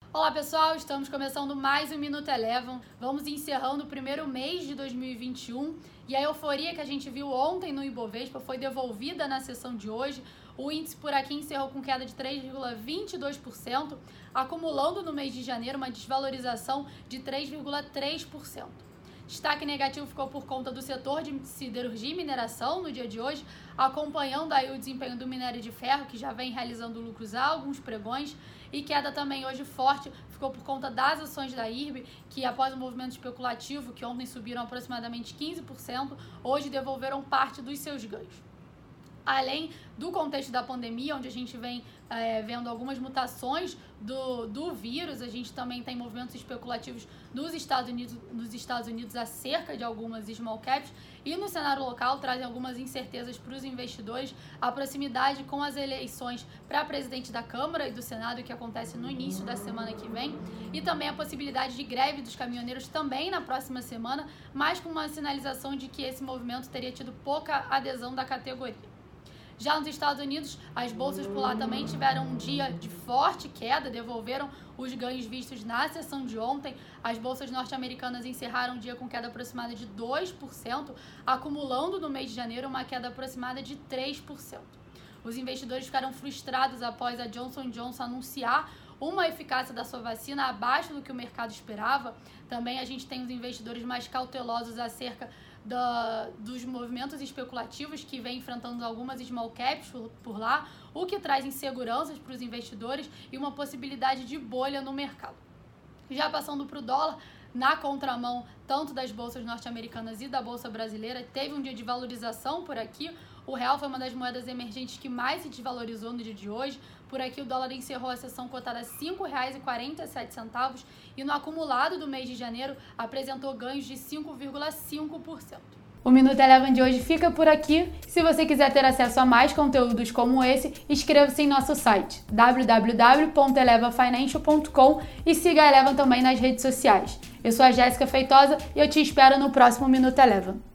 Olá pessoal, estamos começando mais um Minuto Eleven. Vamos encerrando o primeiro mês de 2021 e a euforia que a gente viu ontem no Ibovespa foi devolvida na sessão de hoje. O índice por aqui encerrou com queda de 3,22%, acumulando no mês de janeiro uma desvalorização de 3,3%. Destaque negativo ficou por conta do setor de siderurgia e mineração no dia de hoje, acompanhando aí o desempenho do minério de ferro, que já vem realizando lucros há alguns pregões, e queda também hoje forte ficou por conta das ações da IRB, que após o movimento especulativo, que ontem subiram aproximadamente 15%, hoje devolveram parte dos seus ganhos. Além do contexto da pandemia, onde a gente vem vendo algumas mutações do vírus, a gente também tem movimentos especulativos nos Estados Unidos acerca de algumas small caps, e no cenário local trazem algumas incertezas para os investidores, a proximidade com as eleições para presidente da Câmara e do Senado, que acontece no início da semana que vem, e também a possibilidade de greve dos caminhoneiros também na próxima semana, mas com uma sinalização de que esse movimento teria tido pouca adesão da categoria. Já nos Estados Unidos, as bolsas por lá também tiveram um dia de forte queda, devolveram os ganhos vistos na sessão de ontem. As bolsas norte-americanas encerraram o dia com queda aproximada de 2%, acumulando no mês de janeiro uma queda aproximada de 3%. Os investidores ficaram frustrados após a Johnson & Johnson anunciar uma eficácia da sua vacina abaixo do que o mercado esperava. Também a gente tem os investidores mais cautelosos acerca dos movimentos especulativos que vem enfrentando algumas small caps por lá, o que traz inseguranças para os investidores e uma possibilidade de bolha no mercado. Já passando para o dólar, na contramão tanto das bolsas norte-americanas e da bolsa brasileira, teve um dia de valorização por aqui. O real foi uma das moedas emergentes que mais se desvalorizou no dia de hoje. Por aqui o dólar encerrou a sessão cotada a R$ 5,47 e no acumulado do mês de janeiro apresentou ganhos de 5,5%. O Minuto Eleven de hoje fica por aqui. Se você quiser ter acesso a mais conteúdos como esse, inscreva-se em nosso site www.elevafinancial.com e siga a Eleven também nas redes sociais. Eu sou a Jéssica Feitosa e eu te espero no próximo Minuto Eleven.